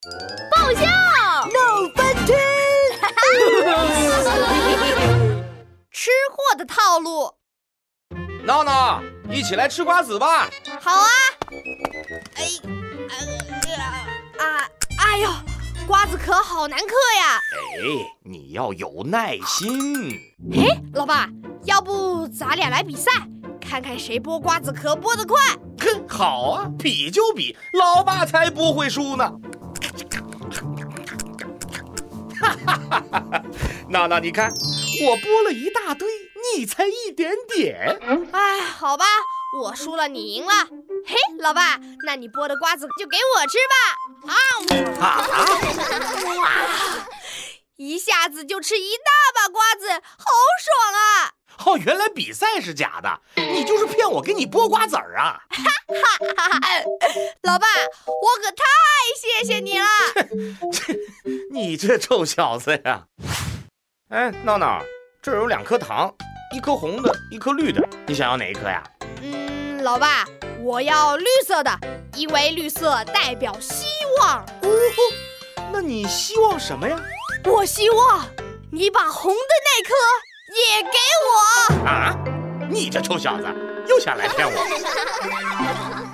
爆笑闹翻天！ 吃货的套路。 闹闹，一起来吃瓜子吧。 好啊。哎呦，瓜子壳好难嗑呀。 你要有耐心。 老爸，要不咱俩来比赛，看看谁剥瓜子壳剥得快。 哼，好啊，比就比，老爸才不会输呢。闹闹，你看，我剥了一大堆，你才一点点。 好吧，我输了，你赢了。嘿，老爸，那你剥的瓜子就给我吃吧。一下子就吃一大把瓜子，好爽啊！ 原来比赛是假的，你就是骗我给你剥瓜子儿啊！ 老爸，我可太谢谢你了。 你这臭小子呀！闹闹，这儿有2颗糖，一颗红的，一颗绿的，你想要哪一颗呀？ 老爸，我要绿色的，因为绿色代表希望。 那你希望什么呀？ 我希望你把红的那颗也给我。 你这臭小子，又想来骗我！